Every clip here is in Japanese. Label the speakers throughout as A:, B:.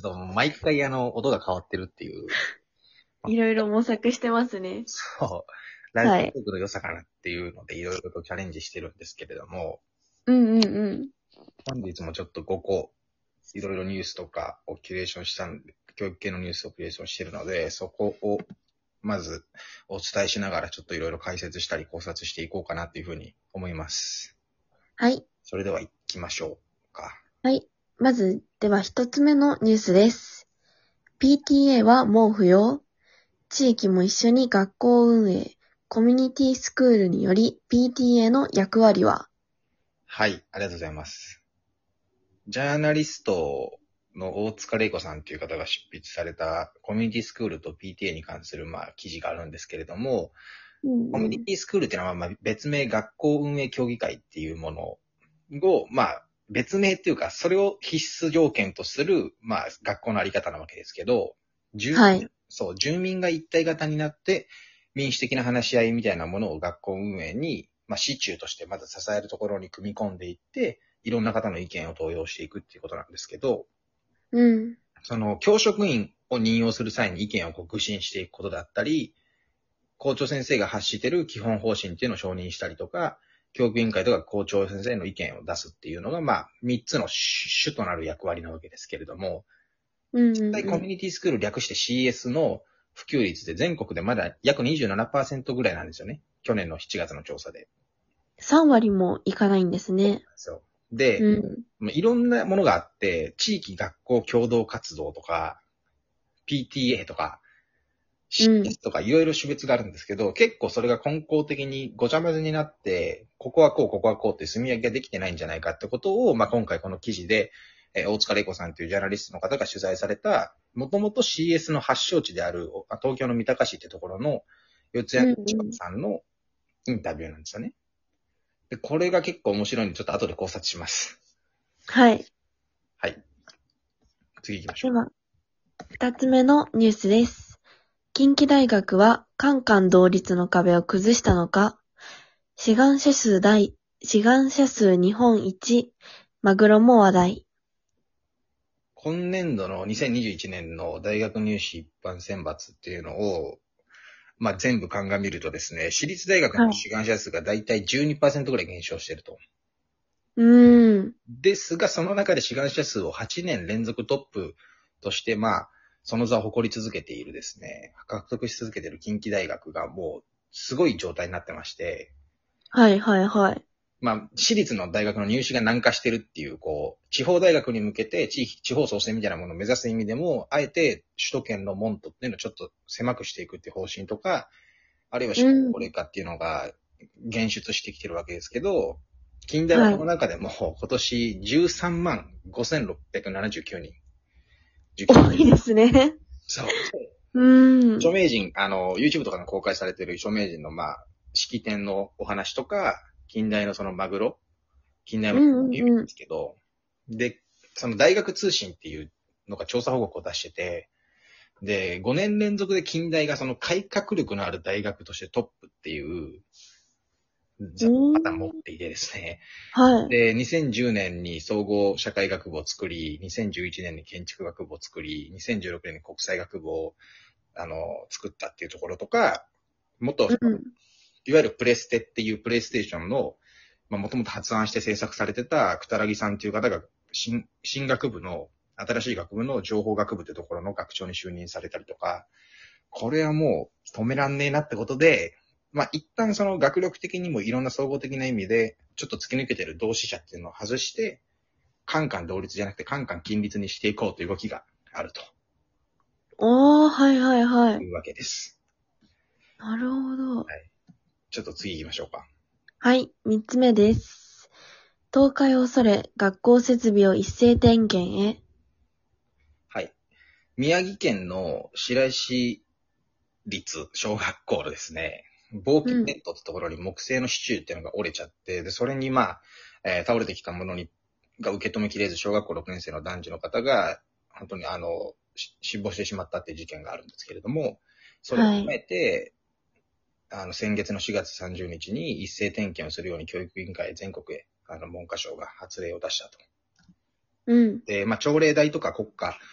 A: と毎回音が変わってるっていう。
B: いろいろ模索してますね。
A: そう。ラジオトークの良さかなっていうのでいろいろとチャレンジしてるんですけれども、
B: うんうんうん。
A: 本日もちょっと5個、いろいろニュースとかをキュレーションしたんで、教育系のニュースをキュレーションしてるので、そこをまずお伝えしながらちょっといろいろ解説したり考察していこうかなっていうふうに思います。
B: はい。
A: それでは行きましょうか。
B: はい。まず、では一つ目のニュースです。PTA はもう不要。地域も一緒に学校運営。コミュニティスクールにより PTA の役割は？
A: はい、ありがとうございます。ジャーナリストの大塚玲子さんという方が執筆されたコミュニティスクールと PTA に関する記事があるんですけれども、コミュニティスクールっていうのは別名学校運営協議会っていうものを、別名っていうか、それを必須条件とする、学校のあり方なわけですけど、
B: はい。
A: 住民が一体型になって、民主的な話し合いみたいなものを学校運営に、支柱としてまず支えるところに組み込んでいって、いろんな方の意見を登用していくっていうことなんですけど、
B: うん。
A: 教職員を任用する際に意見を具申していくことだったり、校長先生が発している基本方針っていうのを承認したりとか、教育委員会とか校長先生の意見を出すっていうのが、3つの主となる役割なわけですけれども、実際コミュニティスクール略して CS の普及率で全国でまだ約 27% ぐらいなんですよね。去年の7月の調査で。
B: 3割もいかないんですね。
A: で、
B: うん。
A: いろんなものがあって、地域学校共同活動とか、PTA とか、CS とかいろいろ種別があるんですけど、結構それが根本的にごちゃ混ぜになって、ここはこう、ここはこうって住み分けができてないんじゃないかってことを、今回この記事で、大塚玲子さんというジャーナリストの方が取材された、もともと CS の発祥地である、東京の三鷹市ってところの、四谷千葉さんのインタビューなんですよね。で、これが結構面白いんで、ちょっと後で考察します。
B: はい。
A: はい。次行きましょう。
B: では、二つ目のニュースです。近畿大学はカンカン同率の壁を崩したのか？志願者数日本一、マグロも話題。
A: 今年度の2021年の大学入試一般選抜っていうのを、全部鑑みるとですね、私立大学の志願者数がだいたい 12% ぐらい減少していると。ですが、その中で志願者数を8年連続トップとして、その座を誇り続けているですね、獲得し続けている近畿大学がもう、すごい状態になってまして、
B: はいはいはい。
A: 私立の大学の入試が難化してるっていう、地方大学に向けて地方創生みたいなものを目指す意味でも、あえて首都圏の門戸っていうのをちょっと狭くしていくっていう方針とか、あるいは少子高齢化っていうのが現出してきてるわけですけど、近大はこの中でも今年13万5679人受験。
B: 多いですね。
A: そう。著名人、YouTube とかの公開されてる著名人の式典のお話とか、近大のその近大の言うんですけど、で、その大学通信っていうのが調査報告を出してて、で、5年連続で近大がその改革力のある大学としてトップっていうパターン持っていてですね。
B: はい。
A: で、2010年に総合社会学部を作り、2011年に建築学部を作り、2016年に国際学部を、作ったっていうところとか、もっと、いわゆるプレステっていうプレイステーションの、もともと発案して制作されてた、くたらぎさんっていう方が、新学部の、新しい学部の情報学部ってところの学長に就任されたりとか、これはもう止めらんねえなってことで、一旦その学力的にもいろんな総合的な意味で、ちょっと突き抜けてる同志社っていうのを外して、カンカン同率じゃなくてカンカン均率にしていこうという動きがあると。
B: はいはいはい。
A: いうわけです。
B: なるほど。
A: はい。ちょっと次行きましょうか。
B: はい、三つ目です。倒壊を恐れ、学校設備を一斉点検へ。
A: はい。宮城県の白石立小学校のですね、防気ネットってところに木製の支柱っていうのが折れちゃって、で、それに倒れてきたものが受け止めきれず、小学校6年生の男児の方が、本当に死亡してしまったっていう事件があるんですけれども、それを踏まえて、先月の4月30日に一斉点検をするように教育委員会全国へ、文科省が発令を出したと。で、朝礼台とか国家、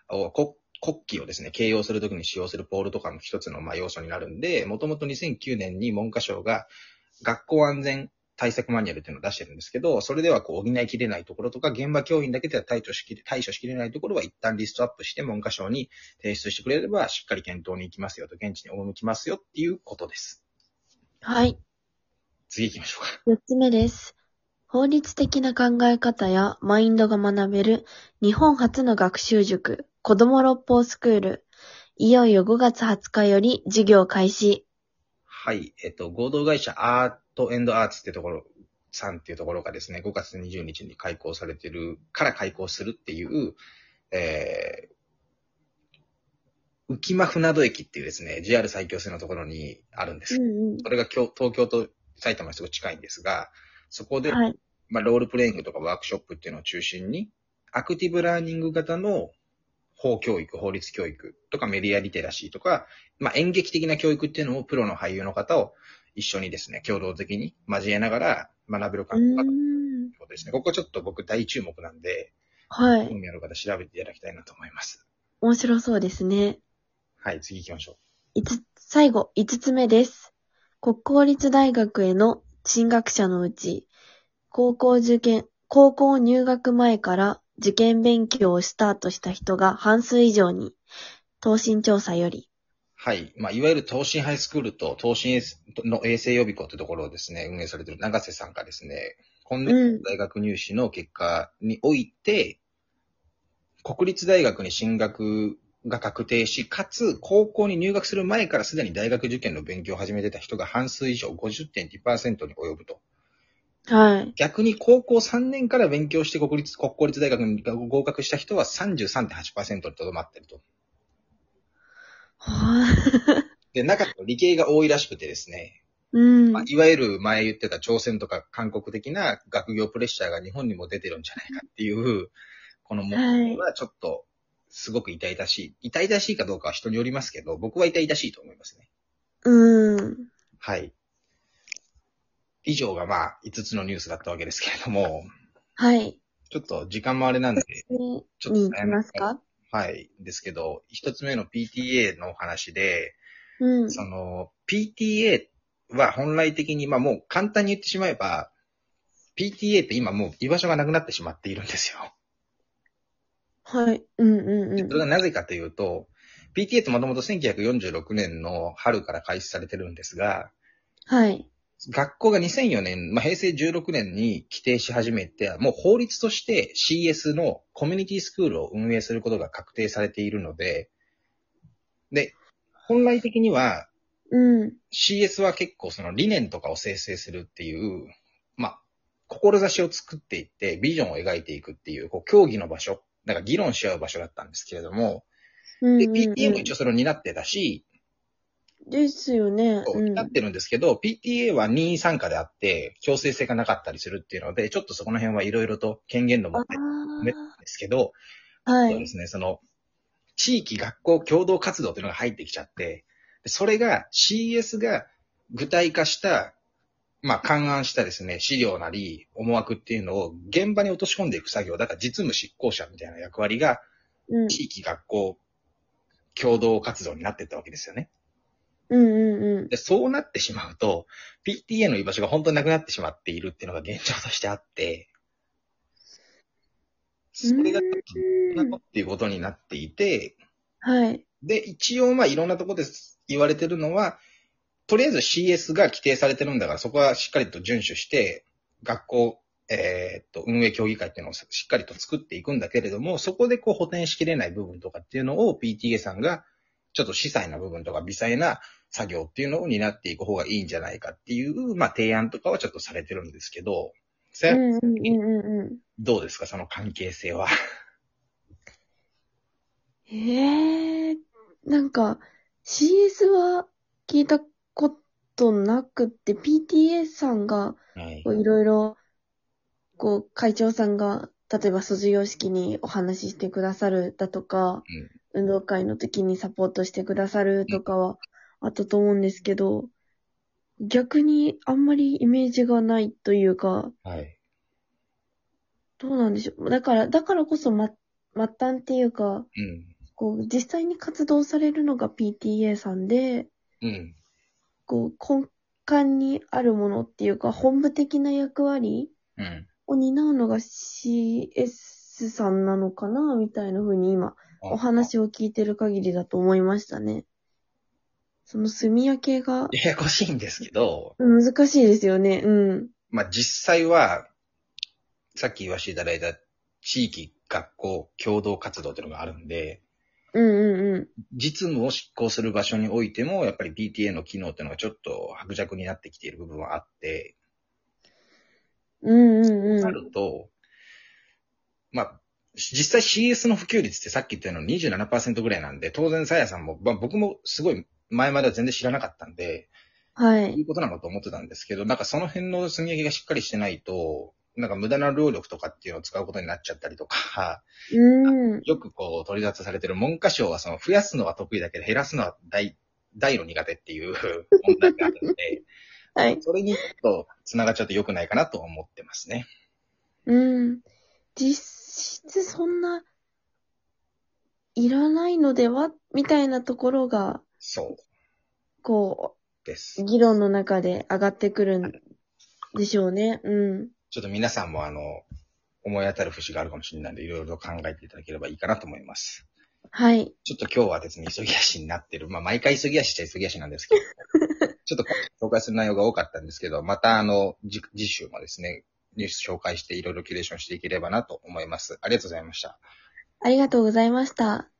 A: 国旗をですね、掲揚するときに使用するポールとかの一つの要素になるんで、もともと2009年に文科省が学校安全対策マニュアルっていうのを出してるんですけど、それでは補いきれないところとか、現場教員だけでは対処しきれないところは一旦リストアップして文科省に提出してくれれば、しっかり検討に行きますよと、現地に赴きますよっていうことです。
B: はい。
A: 次行きましょうか。
B: 4つ目です。法律的な考え方やマインドが学べる日本初の学習塾、子ども六法スクール。いよいよ5月20日より授業開始。
A: はい。合同会社アート&アーツってところ、さんっていうところがですね、5月20日に開校されてる、から開校するっていう、浮間船渡駅っていうですね、JR 埼京線のところにあるんです。それが東京と埼玉にすごく近いんですが、そこで、
B: はい。
A: ロールプレイングとかワークショップっていうのを中心に、アクティブラーニング型の法教育、法律教育とかメディアリテラシーとか、演劇的な教育っていうのをプロの俳優の方を一緒にですね、共同的に交えながら学べる環境だということですね。ここちょっと僕大注目なんで、
B: はい。
A: 興味ある方調べていただきたいなと思います。
B: 面白そうですね。
A: はい、次行きましょ
B: 最後、5つ目です。国公立大学への進学者のうち、高校入学前から受験勉強をスタートした人が半数以上に、東進調査より。
A: はい。いわゆる東進ハイスクールと東進の衛生予備校というところをですね、運営されている長瀬さんがですね、今年度大学入試の結果において、国立大学に進学が確定し、かつ高校に入学する前からすでに大学受験の勉強を始めてた人が半数以上 50.2% に及ぶと。
B: はい。
A: 逆に高校3年から勉強して国公立大学に合格した人は 33.8% にとどまっていると。
B: は
A: で、中でも理系が多いらしくてですね、
B: い。
A: いわゆる前言ってた朝鮮とか韓国的な学業プレッシャーが日本にも出てるんじゃないかっていう、この問題はちょっとすごく痛々しい。痛々しいかどうかは人によりますけど、僕は痛々しいと思いますね。はい。以上が5つのニュースだったわけですけれども、
B: はい。
A: ちょっと時間もあれなんで、ちょっと
B: に行きますか？
A: はい。ですけど、一つ目の PTA のお話で、PTA は本来的に、もう簡単に言ってしまえば、PTA って今もう居場所がなくなってしまっているんですよ。
B: はい。
A: それがなぜかというと、PTA ってもともと1946年の春から開始されてるんですが、
B: はい。
A: 学校が2004年、平成16年に規定し始めて、もう法律として CS のコミュニティスクールを運営することが確定されているので、で、本来的には、CS は結構その理念とかを生成するっていう、志を作っていって、ビジョンを描いていくっていう、協議の場所、なんか議論し合う場所だったんですけれども、で、PTA も一応それを担ってたし、
B: ですよね。
A: 担ってるんですけど、PTA は任意参加であって、強制性がなかったりするっていうので、ちょっとそこの辺はいろいろと権限の持ってるんですけど、そうですね、その、地域学校共同活動っていうのが入ってきちゃって、それが CS が具体化した、勘案したですね、資料なり思惑っていうのを現場に落とし込んでいく作業、だから実務執行者みたいな役割が、地域学校共同活動になっていったわけですよね。で、そうなってしまうと、PTA の居場所が本当になくなってしまっているっていうのが現状としてあって、それがっていうことになっていて、
B: はい。
A: で、一応いろんなところで言われてるのは、とりあえず CS が規定されてるんだから、そこはしっかりと遵守して、学校、運営協議会っていうのをしっかりと作っていくんだけれども、そこで補填しきれない部分とかっていうのを PTA さんが、ちょっと細細な部分とか微細な作業っていうのを担っていく方がいいんじゃないかっていう、提案とかはちょっとされてるんですけど、どうですか、その関係性は。
B: なんか、CS は聞いたことなくって、PTA さんが、いろいろ、会長さんが、例えば卒業式にお話ししてくださるだとか、運動会の時にサポートしてくださるとかはあったと思うんですけど、逆にあんまりイメージがないというか、どうなんでしょう。だからこそ末端っていうか、 実際に活動されるのが PTA さんで、
A: うん。
B: 根幹にあるものっていうか、本部的な役割
A: うん。
B: を担うのが CS さんなのかなみたいな風に今、お話を聞いてる限りだと思いましたね。その炭焼けが
A: ややこしいんですけど、
B: 難しいですよね。うん。
A: まあ、実際は、さっき言わせていただいた地域、学校、共同活動っていうのがあるんで、
B: うんうんうん。
A: 実務を執行する場所においても、やっぱり PTA の機能っていうのがちょっと薄弱になってきている部分はあって、
B: うん
A: そうな
B: うんうん。
A: ると、まあ、実際 CS の普及率ってさっき言ったように27%ぐらいなんで、当然さやさんも、まあ、僕もすごい前までは全然知らなかったんで、
B: はい。
A: そういうことなのと思ってたんですけど、なんかその辺の積み上げがしっかりしてないと、なんか無駄な労力とかっていうのを使うことになっちゃったりとか、よく取り沙汰されてる文科省はその増やすのは得意だけど減らすのは大の苦手っていう問題があるので、
B: はい。
A: それにちょっと繋がっちゃうと良くないかなと思ってますね。
B: 実質そんないらないのではみたいなところが、
A: そうです。
B: 議論の中で上がってくるんでしょうね。
A: ちょっと皆さんも思い当たる節があるかもしれないので、いろいろ考えていただければいいかなと思います。
B: はい。
A: ちょっと今日はですね、急ぎ足になってる。まあ、毎回急ぎ足っちゃ急ぎ足なんですけど、ちょっと紹介する内容が多かったんですけど、また次週もですね、ニュース紹介していろいろキュレーションしていければなと思います。ありがとうございました。
B: ありがとうございました。